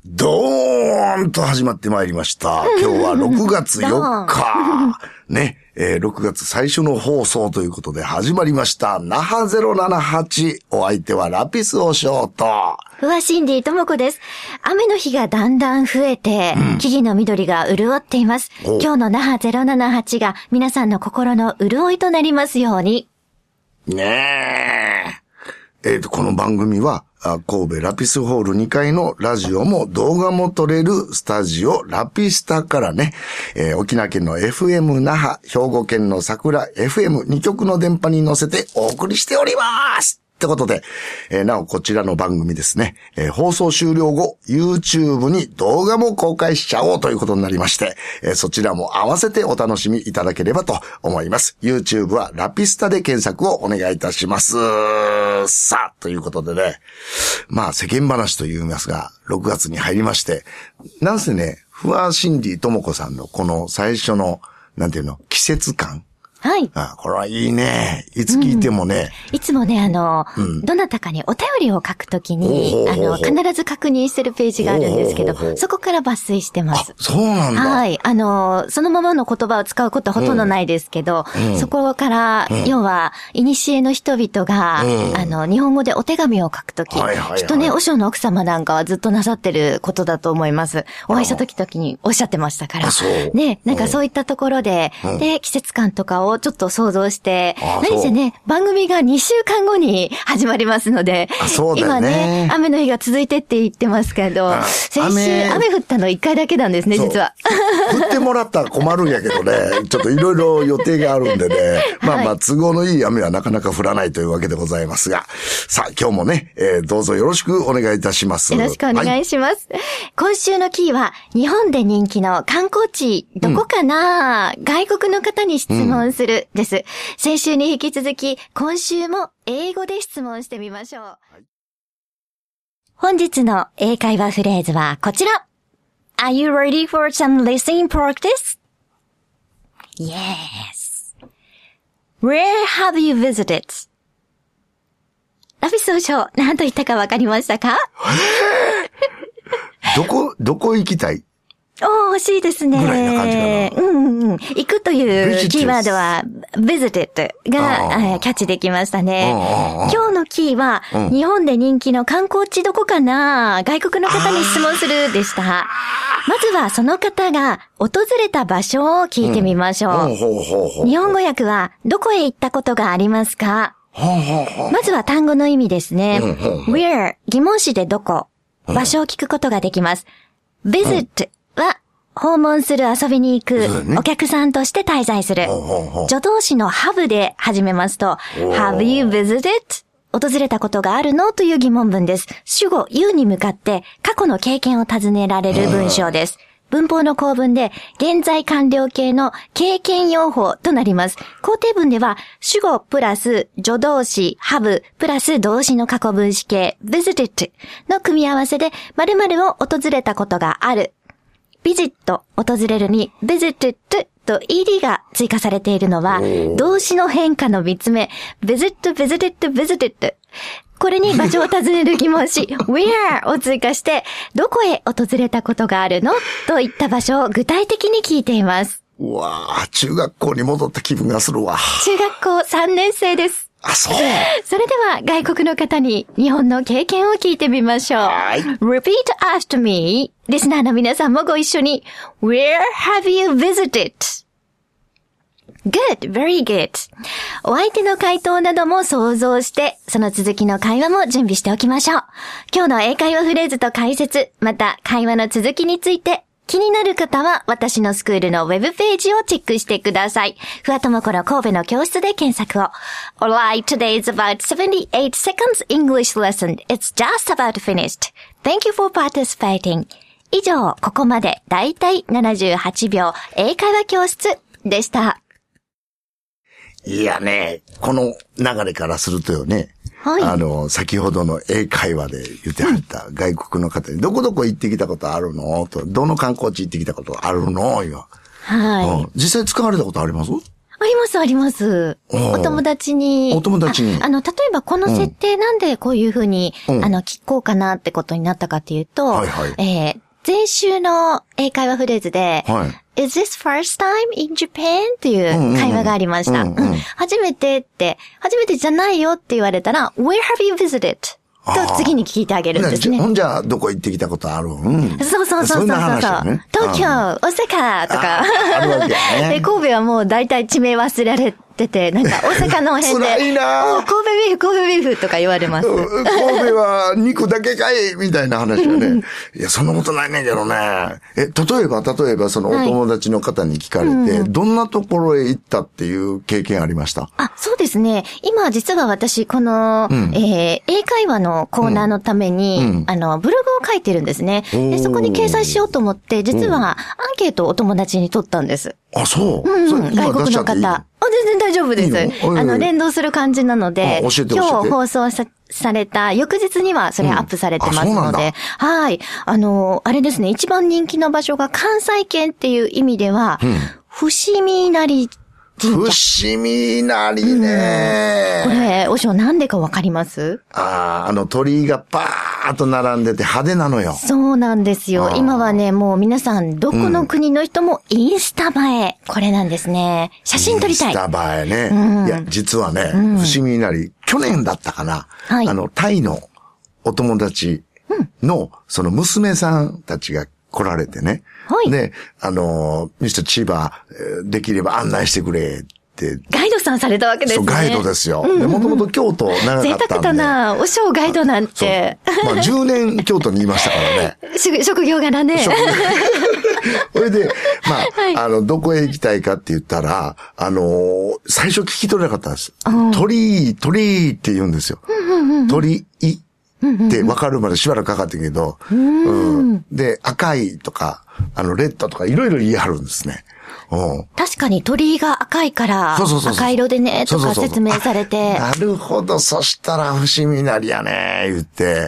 ドーンと始まってまいりました。今日は6月4日。ね、6月最初の放送ということで始まりました。那覇078。お相手はラピスオショーと。 ふわシンディともこです。雨の日がだんだん増えて、木々の緑が潤っています。今日の那覇078が皆さんの心の潤いとなりますように。 ねえ。この番組は、神戸ラピスホール2階のラジオも動画も撮れるスタジオラピスタからね、沖縄県の FM 那覇、兵庫県の桜 FM2 局の電波に乗せてお送りしておりますってことで、なおこちらの番組ですね、放送終了後 YouTube に動画も公開しちゃおうということになりまして、そちらも合わせてお楽しみいただければと思います。YouTube はラピスタで検索をお願いいたします。さあ、ということでね、まあ世間話と言いますが、6月に入りまして、なんせね、ふわしんりともこさんのこの最初の、なんていうの、季節感。 はい。 これはいいね。いつ聞いてもね。 いつもね、どなたかにお便りを書くときに、必ず確認してるページがあるんですけど、そこから抜粋してます。 そうなんだ。 はい。そのままの言葉を使うことはほとんどないですけど、そこから、要は、古の人々が、日本語でお手紙を書くとき、きっとね、和尚の奥様なんかはずっとなさってることだと思います。お会いした時におっしゃってましたから。ね、なんかそういったところで、で、季節感とかをちょっと想像して、何せね、番組が2週間後に始まりますので、今ね、雨の日が続いてって言ってますけど、先週雨降ったの1回だけなんですね、実は。 降ってもらったら困るんやけどね、ちょっといろいろ予定があるんでね、まあ都合のいい雨はなかなか降らないというわけでございますが、さあ今日もね、どうぞよろしくお願いいたします。 よろしくお願いします。今週のキーは、日本で人気の観光地、どこかな、外国の方に質問するです。先週に引き続き、今週も英語で質問してみましょう。本日の英会話フレーズはこちら。Are you ready for some listening practice? Yes. Where have you visited? ラピスオショー、何と言ったかわかりましたか？ どこ行きたい？ 惜しいですね。 ぐらいな感じかな。 行くというキーワードは visited がキャッチできましたね。今日のキーは、日本で人気の観光地どこかな、外国の方に質問するでした。まずはその方が訪れた場所を聞いてみましょう。日本語訳はどこへ行ったことがありますか？まずは単語の意味ですね。where 疑問詞でどこ、場所を聞くことができます。visitは、訪問する、遊びに行く、お客さんとして滞在する。助動詞の have で始めますと、have you visited? 訪れたことがあるのという疑問文です。主語 you に向かって過去の経験を尋ねられる文章です。文法の構文で、現在完了形の経験用法となります。肯定文では、主語プラス助動詞 have プラス動詞の過去分詞形 visited の組み合わせで、〇〇を訪れたことがある。ビジット、訪れるに、visited と ed が追加されているのは、動詞の変化の3つ目、visited。これに場所を尋ねる疑問詞、where を追加して、どこへ訪れたことがあるのといった場所を具体的に聞いています。 うわぁ、中学校に戻った気分がするわ。 中学校3年生です。 そう。 それでは外国の方に日本の経験を聞いてみましょう。Repeat after me. リスナーの皆さんもご一緒に。Where have you visited? Good, very good. お相手の回答なども想像して、その続きの会話も準備しておきましょう。今日の英会話フレーズと解説、また会話の続きについて、気になる方は私のスクールのウェブページをチェックしてください。ふわともこの神戸の教室で検索を。Alright, today is about 78 seconds English lesson. It's just about finished. Thank you for participating. 以上、ここまでだいたい78秒英会話教室でした。 いやね、この流れからするとよね、先ほどの英会話で言ってはった外国の方に、どこどこ行ってきたことあるのと、どの観光地行ってきたことあるのよ。実際使われたことあります？ あります、あります。お友達に。 お友達に。 例えばこの設定なんでこういうふうに、聞こうかなってことになったかっていうと、 はいはい。 前週の英会話フレーズで、 はい。 Is this first time in Japan? っていう会話がありました。初めてじゃないよって言われたら、Where have you visited? と次に聞いてあげるんですね。 ほんじゃ、どこ行ってきたことある？ そう。東京、大阪とか。 あるわけね。 で、神戸はもう大体地名忘れられてて、なんか大阪の辺で。 辛いな神戸ビーフとか言われます。 神戸は肉だけかいみたいな話よね。いや、そんなことないねんけどね。例えばそのお友達の方に聞かれて、どんなところへ行ったっていう経験ありました？ そうですね。今実は私、この、英会話のコーナーのために、ブログを書いてるんですね。で、そこに掲載しようと思って、実はアンケートをお友達に取ったんです。 そう。 外国の方。全然大丈夫です。連動する感じなので、今日放送された翌日にはそれアップされてますので、はい。あれですね、一番人気の場所が関西圏っていう意味では、伏見稲荷神社。 伏見稲荷ね。 これ、おしょなんでかわかります？ 鳥居がパーッと並んでて派手なのよ。 そうなんですよ。今はね、もう皆さん、どこの国の人もインスタ映え。これなんですね。写真撮りたい。 インスタ映えね。いや、実はね、伏見稲荷、去年だったかな。はい。タイのお友達の、その娘さんたちが来られてね。はい。で、ミスター千葉、できれば案内してくれって。 ガイドさんされたわけですね。 そう、ガイドですよ。で、もともと京都長かったんで。 贅沢だなおしょうガイドなんて。 10年京都にいましたからね。職業柄ね。 それで、どこへ行きたいかって言ったら、最初聞き取れなかったんです。鳥居って言うんですよ。鳥居。って分かるまでしばらくかかってるけど、で、赤いとか、レッドとかいろいろ言い張るんですね。 確かに鳥居が赤いから、赤色でね、とか説明されて。 なるほど、そしたら伏見稲荷やね、言って、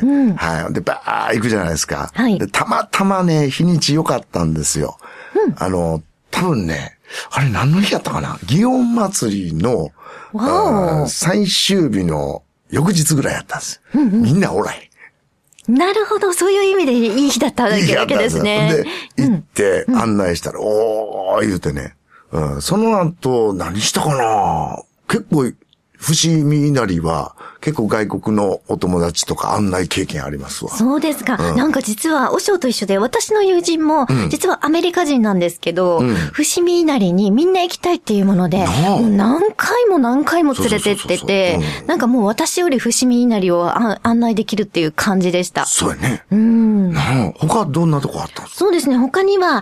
はい。で、バー行くじゃないですか。はい。で、たまたまね、日にち良かったんですよ。多分ね、あれ何の日やったかな？祇園祭の、最終日の、翌日ぐらいやったんです。みんなおらい。 なるほど、そういう意味でいい日だったわけですね。 で、行って案内したら、おー、言うてね。その後、何したかな？結構、伏見稲荷は、結構外国のお友達とか案内経験ありますわ。 そうですか。なんか実は、おしょうと一緒で、私の友人も、実はアメリカ人なんですけど、伏見稲荷にみんな行きたいっていうもので、何回も連れてってて、なんかもう私より伏見稲荷を案内できるっていう感じでした。 そうやね。他どんなとこあったんですか？そうですね。他には、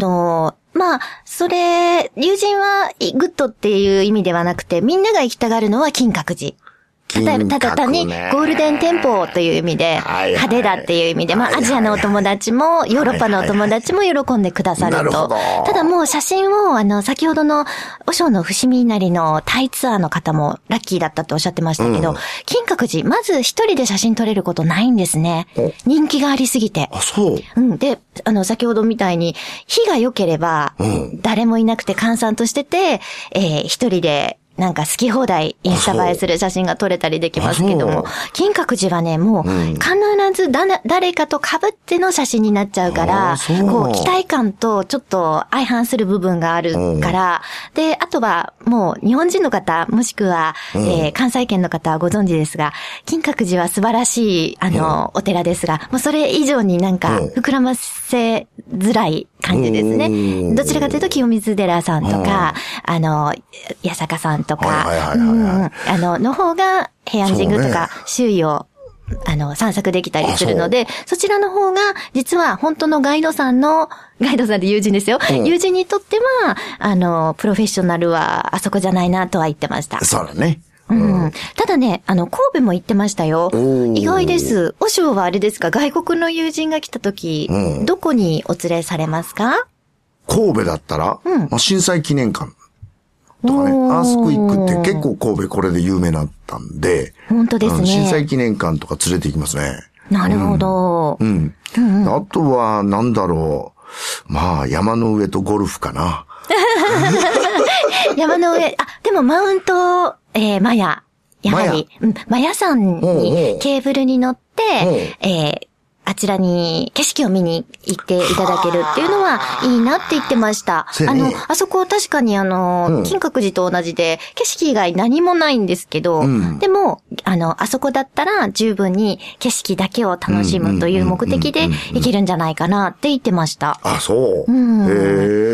友人はグッドっていう意味ではなくて、みんなが行きたがるのは金閣寺。ただ単にゴールデンテンポという意味で、派手だっていう意味で、アジアのお友達も、ヨーロッパのお友達も喜んでくださると。ただもう写真を、先ほどの、おしょうの伏見稲荷のタイツアーの方もラッキーだったっておっしゃってましたけど、金閣寺、まず一人で写真撮れることないんですね。人気がありすぎて。 そう。 で、先ほどみたいに、日が良ければ、誰もいなくて閑散としてて、一人で、なんか好き放題インスタ映えする写真が撮れたりできますけども、金閣寺はね、もう必ず誰かと被っての写真になっちゃうから、こう期待感とちょっと相反する部分があるから、で、あとはもう日本人の方、もしくは、関西圏の方はご存知ですが、金閣寺は素晴らしい、お寺ですが、もうそれ以上になんか膨らませづらい感じですね。どちらかというと清水寺さんとか、八坂さんとか、の方が平安神宮とか周囲を、散策できたりするので、そちらの方が、実は本当のガイドさんで友人ですよ。友人にとっては、プロフェッショナルはあそこじゃないなとは言ってました。 そうだね。 ただね、神戸も行ってましたよ。意外です。おしょうはあれですか、外国の友人が来た時、どこにお連れされますか？ 神戸だったら、震災記念館とかね、アースクイックって結構神戸これで有名だったんで、 本当ですね。 震災記念館とか連れて行きますね。 なるほど。 あとは、なんだろう。山の上とゴルフかな。 山の上、でもマウント、マヤ。やはり、マヤ山にケーブルに乗って、あちらに景色を見に行っていただけるっていうのはいいなって言ってました。あそこ確かに金閣寺と同じで景色以外何もないんですけど、でも、あそこだったら十分に景色だけを楽しむという目的で行けるんじゃないかなって言ってました。 あ、そう。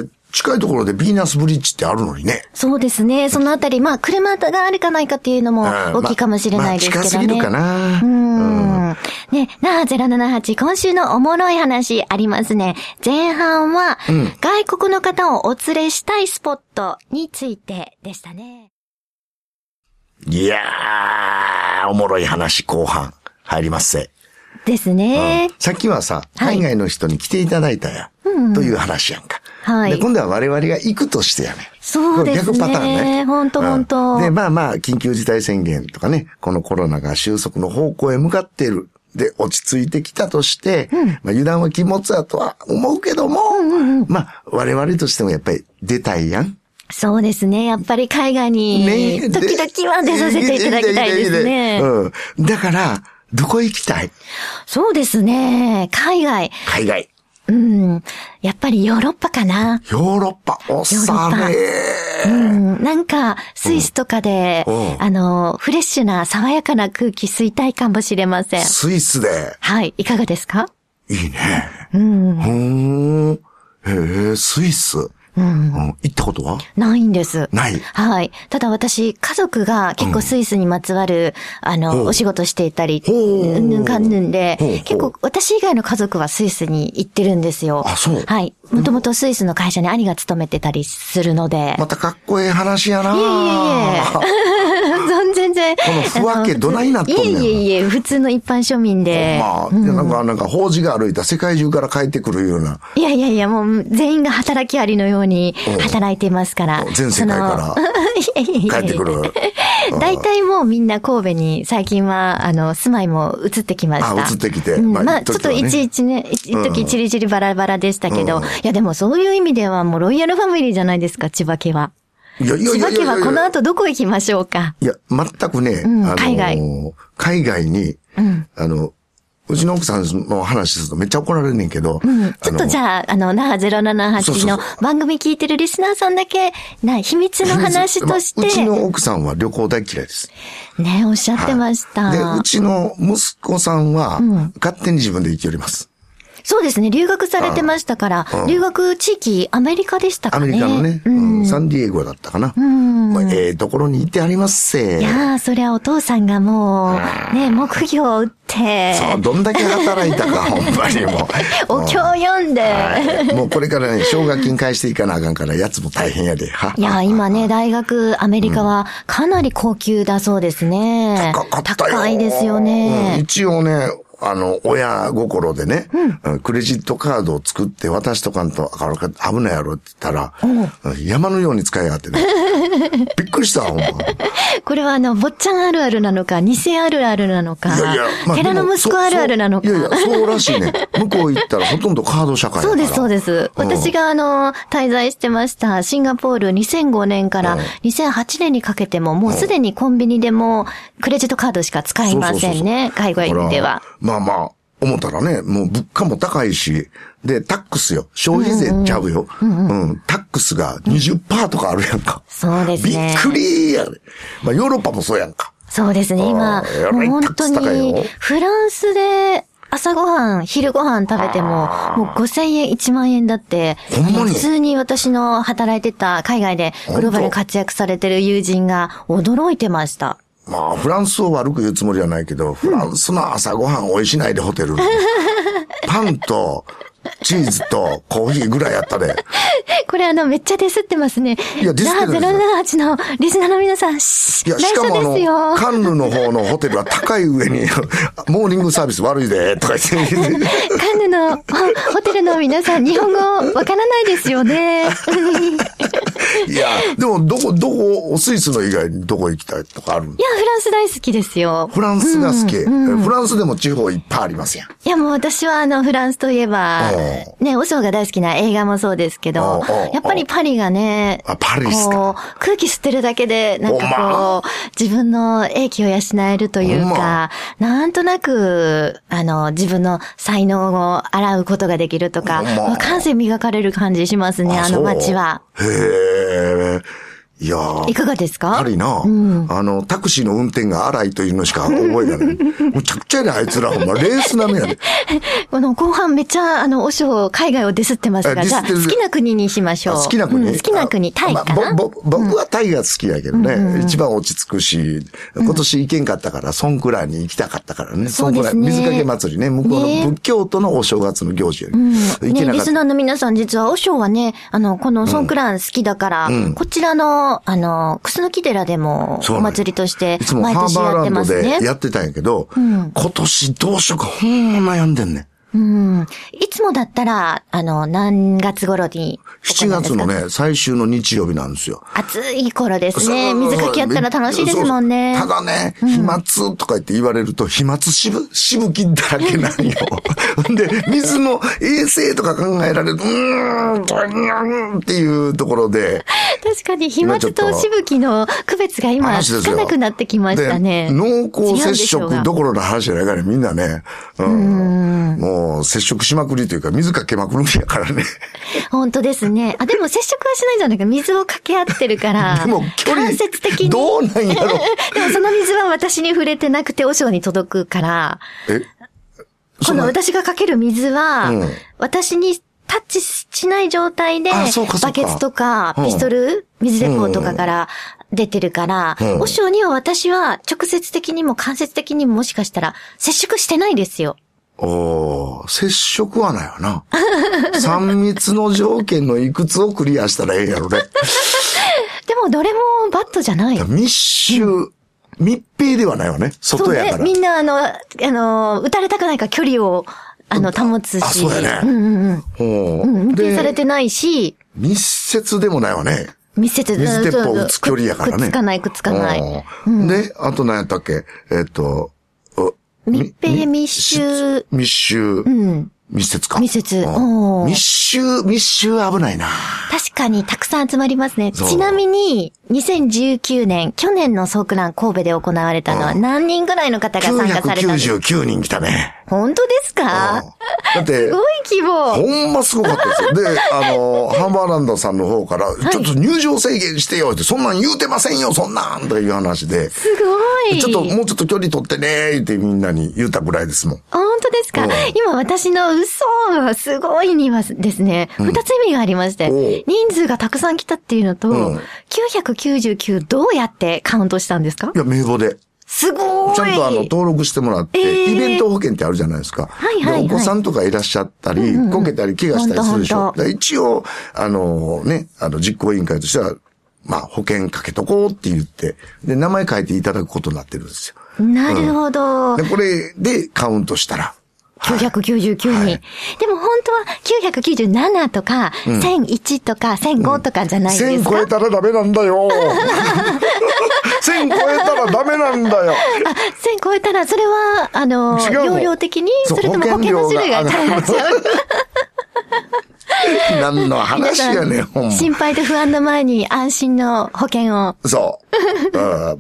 近いところでヴィーナスブリッジってあるのにね。 そうですね。そのあたり、車があるかないかっていうのも大きいかもしれないですけどね。 近すぎるかな。 ね、那覇078、今週のおもろい話ありますね。前半は、外国の方をお連れしたいスポットについてでしたね。 いやー、おもろい話後半入りますぜ。 ですね。 さっきはさ、海外の人に来ていただいたや、という話やんか。で、今度は我々が行くとしてやね。 そうですね。 逆パターンね。 本当。 で、緊急事態宣言とかね、このコロナが収束の方向へ向かっている。で、落ち着いてきたとして、油断は禁物だとは思うけども、我々としてもやっぱり出たいやん。 そうですね。やっぱり海外に、時々は出させていただきたいですね。 だから、どこ行きたい？ そうですね。海外。やっぱりヨーロッパかな。 ヨーロッパ、おしゃれ。 なんか、スイスとかで、フレッシュな爽やかな空気吸いたいかもしれません。 スイスで。 はい、いかがですか？ いいね。スイス。行ったことは？ ないんです。 ない。 はい。ただ私、家族が結構スイスにまつわる、お仕事していたり、かんぬんで、結構私以外の家族はスイスに行ってるんですよ。 あ、そう。 はい。もともとスイスの会社に兄が勤めてたりするので。 またかっこいい話やな。 いえ。全然。 このふわけどないなっとんねん。 いえ、普通の一般庶民で。 なんか、法事が歩いた世界中から帰ってくるような。 いや、もう全員が働きありのように働いてますから。 全世界から帰ってくる。 大体もうみんな神戸に最近は、住まいも移ってきました。 移ってきて。 ちょっといちいちね、一時チリチリバラバラでしたけど、いやでもそういう意味ではもうロイヤルファミリーじゃないですか、千葉家は。千葉家はこの後どこ行きましょうか？ いや、全くね、海外に、うちの奥さんの話するとめっちゃ怒られるねんけど。 ちょっとじゃあ、那覇078の番組聞いてるリスナーさんだけ、秘密の話として。 うちの奥さんは旅行大嫌いです。 ね、おっしゃってました。 で、うちの息子さんは、勝手に自分で行きよります。 そうですね。留学されてましたから、留学地域、アメリカでしたかね。 アメリカのね、サンディエゴだったかな。ところに行ってありますせ。 いやー、そりゃお父さんがもう、ね、目標を打って。 そう、どんだけ働いたか、ほんまにもう。 お経読んで。 もうこれからね、奨学金返していかなあかんから、やつも大変やで。 いや、今ね、大学、アメリカはかなり高級だそうですね。 高かったよ。 高いですよね。 一応ね、親心でね、クレジットカードを作って渡しとかんと危ないやろって言ったら、山のように使いやがってね。びっくりした、ほんま。 これは坊ちゃんあるあるなのか、偽あるあるなのか、寺の息子あるあるなのか。 いや、そうらしいね。向こう行ったらほとんどカード社会だから。 そうです。私が滞在してましたシンガポール2005年から2008年にかけても、もうすでにコンビニでもクレジットカードしか使いませんね、海外では。 思ったらね、もう物価も高いし、で、タックスよ。消費税ちゃうよ。タックスが 20% とかあるやんか。 そうですね。 びっくりやね。ヨーロッパもそうやんか。 そうですね。今、もう本当に、フランスで、朝ごはん、昼ごはん食べても、もう5000円、1万円だって、普通に私の働いてた海外でグローバルに活躍されてる友人が驚いてました。 フランスを悪く言うつもりはないけど、フランスの朝ごはん美味しないでホテル。パンと、チーズとコーヒーぐらいやったで。 これめっちゃディスってますね。 いや、ディスってる。 078のリスナーの皆さん、 しかもカンヌの方のホテルは高い上に、モーニングサービス悪いで、とか言って。 カンヌのホテルの皆さん、日本語わからないですよね。 いや、でも、スイスの以外にどこ行きたいとかあるん？ いや、フランス大好きですよ。 フランスが好き。フランスでも地方いっぱいありますやん。 いや、もう私はフランスといえば、ね、オショが大好きな映画もそうですけど、やっぱりパリがね、 パリですか。 空気吸ってるだけで、なんか自分の英気を養えるというか、なんとなく、自分の才能を洗うことができるとか、感性磨かれる感じしますね、街は。 へえ。いやー。 いかがですか？ パリな、タクシーの運転が荒いというのしか覚えがない。むちゃくちゃやで、あいつらほんま、レース並みやで。 後半めっちゃ、オショ海外をディスってますが、じゃあ、好きな国にしましょう。 好きな国、 好きな国、タイかな？ 僕はタイが好きやけどね。一番落ち着くし、今年行けんかったから、ソンクラーに行きたかったからね。ソンクラー、水かけ祭りね。向こうの仏教徒のお正月の行事より。行けなかった。 リスナーの皆さん、実はオショはね、このソンクラー好きだから、こちらの、クスノキ寺でもお祭りとして毎年やってますね。いつもハーバーランドでやってたんやけど、今年どうしようかほんま悩んでんねん。 いつもだったら、何月頃に 7月のね、最終の日曜日なんですよ。 暑い頃ですね。水かきやったら楽しいですもんね。 ただね、飛沫とか言って言われると、飛沫しぶきだらけなんよ。で、水の衛生とか考えられる、っていうところで。 確かに飛沫としぶきの区別が今つかなくなってきましたね。 濃厚接触どころの話じゃないからみんなね。もう接触しまくりというか水かけまくるんやからね。 本当ですね。でも接触はしないじゃないか。水をかけ合ってるから。 でも距離間接的に。 どうなんやろ。 でもその水は私に触れてなくてオショに届くから。この私がかける水は、私にタッチしない状態で、バケツとか、ピストル、水鉄砲とかから出てるから、オショには私は直接的にも間接的にももしかしたら接触してないですよ。 接触はないわな。3密の条件のいくつをクリアしたらええやろね。 でもどれもバッドじゃない。 密閉ではないわね。外やから。 そうね。みんな撃たれたくないから距離を、保つし。 そうやね。 密閉されてないし。 密接でもないわね。 密接水鉄砲撃つ距離やからね。 くっつかない。 で、あと何やったっけ密閉密集。 密接か。 密接。 密集危ないな。 確かにたくさん集まりますね。ちなみに、2019年、去年のソークラン神戸で行われたのは何人ぐらいの方が参加されたんですか ？999人来たね。 本当ですか？ だって、 すごい規模。 ほんますごかったですよ。で、ハンバーランドさんの方から、ちょっと入場制限してよって、そんなん言うてませんよ、そんなんとかいう話で。 すごい。 もうちょっと距離取ってねってみんなに言ったぐらいですもん。 本当ですか？今私の嘘がすごいにはですね、二つ意味がありまして、人数がたくさん来たっていうのと、999どうやってカウントしたんですか？ いや、名簿で。 すごい。 ちゃんと登録してもらって、イベント保険ってあるじゃないですか。お子さんとかいらっしゃったり、こけたり、怪我したりするでしょ。一応、実行委員会としては、保険かけとこうって言って、で、名前書いていただくことになってるんですよ。 なるほど。 で、これでカウントしたら。 999人。でも本当は997とか、1001とか、1005とかじゃないですか？ 1000超えたらダメなんだよ。1000超えたらダメなんだよ。 1000超えたら、それは、容量的に、それとも保険の種類が違っちゃう。 何の話やねん、ほんま。 心配と不安の前に安心の保険を。 そう。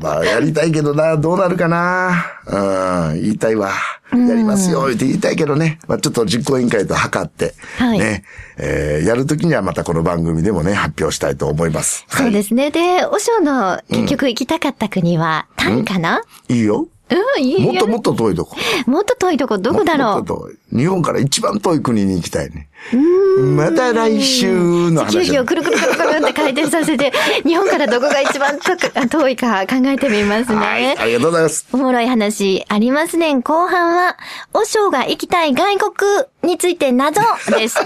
やりたいけどな、どうなるかな。言いたいわ。やりますよ、って言いたいけどね。ちょっと実行委員会と測って、ね。やるときにはまたこの番組でもね、発表したいと思います。 そうですね。で、オショの結局行きたかった国は、タイかな？ いいよ。 いいよ。 もっと遠いとこ。 もっと遠いとこ、どこだろう？ もっと遠い。日本から一番遠い国に行きたいね。また来週の話。 地球儀をくるくるくるくるって回転させて、日本からどこが一番遠いか考えてみますね。はい、 ありがとうございます。 おもろい話ありますね。後半は、オショが行きたい外国について謎でした。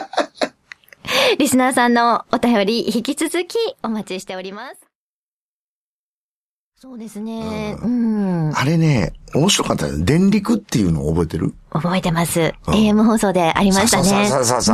リスナーさんのお便り引き続きお待ちしております。 そうですね。 あれね、面白かったよ。電力っていうのを覚えてる？ 覚えてます。AM 放送でありましたね。 そう。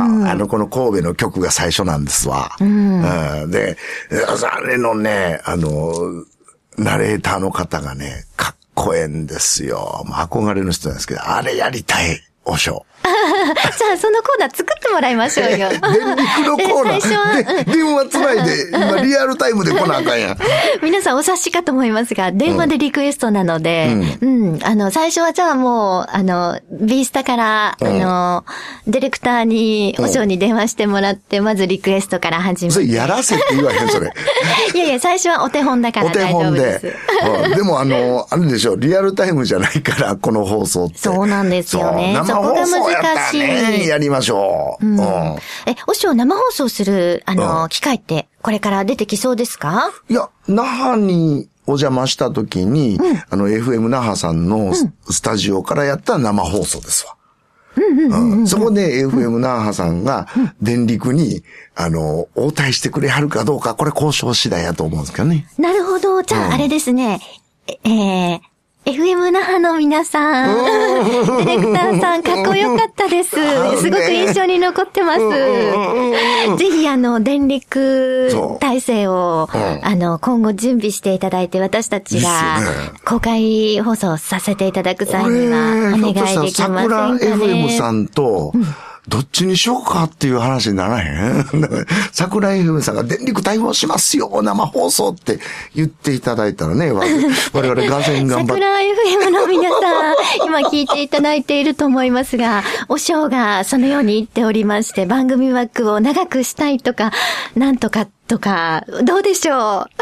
この神戸の曲が最初なんですわ。で、あれのね、ナレーターの方がね、かっこええんですよ。憧れの人なんですけど、あれやりたい、おしょ。 じゃあそのコーナー作ってもらいましょうよ。 電力のコーナー。電話つないで、今リアルタイムで来なあかんやん。 皆さんお察しかと思いますが、電話でリクエストなので、最初はじゃあもう、B スタから、ディレクターに、お嬢に電話してもらって、まずリクエストから始めて。 それやらせって言わへん、それ。 いやいや、最初はお手本だから大丈夫です。 でもあれでしょ、リアルタイムじゃないから、この放送って。 そうなんですよね。 生放送やったらね、やりましょう。 お嬢生放送する、機会って、これから出てきそうですか？ いや、那覇にお邪魔した時に、FM 那覇さんのスタジオからやった生放送ですわ。そこで FM 那覇さんが電力に、応対してくれはるかどうか、これ交渉次第やと思うんですけどね。 なるほど。じゃあ、あれですね。FM 那覇の皆さん、ディレクターさん、かっこよかったです。すごく印象に残ってます。ぜひ、電力体制を、今後準備していただいて、私たちが公開放送させていただく際には、お願いできませんかね。 桜 FM さんと、どっちにしようかっていう話にならへん。桜 FM さんが電力対応しますよ、生放送って言っていただいたらね、我々がぜん頑張って。 桜 FM の皆さん、今聞いていただいていると思いますが、お嬢がそのように言っておりまして、番組枠を長くしたいとか、なんとかとか、どうでしょう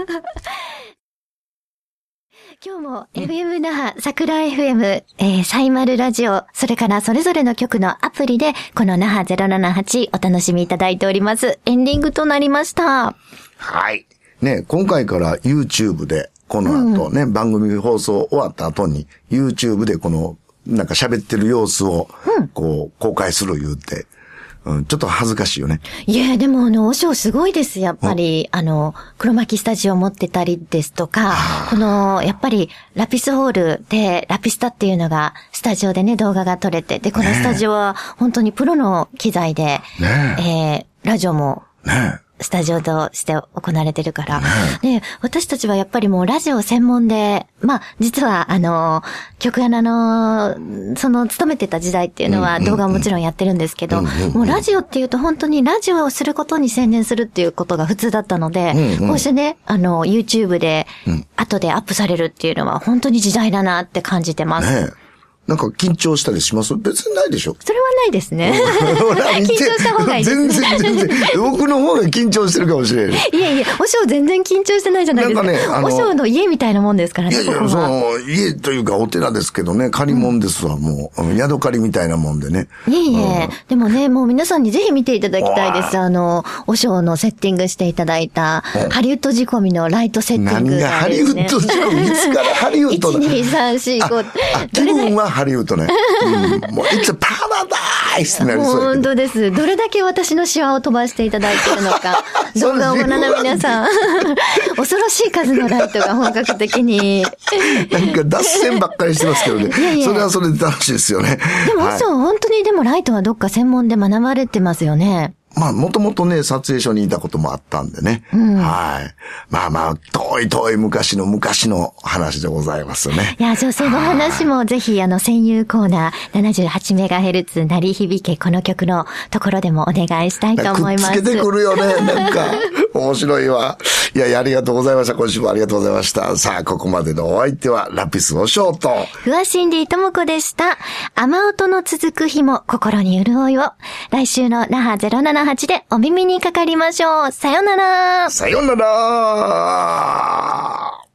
今日も FM 那覇、桜 FM、サイマルラジオ、それからそれぞれの局のアプリで、この那覇078お楽しみいただいております。エンディングとなりました。 はい。ね、今回から YouTube で、この後ね、番組放送終わった後に、YouTube でこの、なんか喋ってる様子を、こう、公開する言うて、ちょっと恥ずかしいよね。 いや、でもお嬢すごいです。やっぱり、黒巻スタジオ持ってたりですとか、やっぱり、ラピスホールで、ラピスタっていうのが、スタジオでね、動画が撮れて、で、このスタジオは、本当にプロの機材で、ラジオも、スタジオとして行われてるから。で、私たちはやっぱりもうラジオ専門で、実は局アナの、勤めてた時代っていうのは動画はもちろんやってるんですけど、もうラジオっていうと本当にラジオをすることに専念するっていうことが普通だったので、こうしてね、YouTube で後でアップされるっていうのは本当に時代だなって感じてます。 なんか緊張したりします？別にないでしょ？ それはないですね。緊張した方がいいです。 全然。僕の方が緊張してるかもしれない。 いや、お嬢全然緊張してないじゃないですか。なんかね、お嬢の家みたいなもんですからね。 いや、家というかお寺ですけどね、借り物ですわ、もう。宿借りみたいなもんでね。 でもね、もう皆さんにぜひ見ていただきたいです。お嬢のセッティングしていただいた、ハリウッド仕込みのライトセッティング。 何がハリウッド仕込み？いつからハリウッドだ？ 1、2、3、4、5。 気分はハリウッドね。もう、It's a paradise! なりそう。 本当です。どれだけ私のシワを飛ばしていただいているのか。動画をご覧の皆さん。恐ろしい数のライトが本格的に。 なんか脱線ばっかりしてますけどね。それはそれで楽しいですよね。 でも、本当にでもライトはどっか専門で学ばれてますよね。 もともとね、撮影所にいたこともあったんでね。はい。遠い昔の話でございますね。 いや、その話もぜひ、専有コーナー 78MHz 鳴り響けこの曲のところでもお願いしたいと思います。 くっつけてくるよね、なんか。面白いわ。いや、ありがとうございました。今週もありがとうございました。さあ、ここまでのお相手は、ラピスおしょうと、 ふわしんでいともこでした。雨音の続く日も心に潤いを。来週の那覇078でお耳にかかりましょう。さよなら。 さよなら。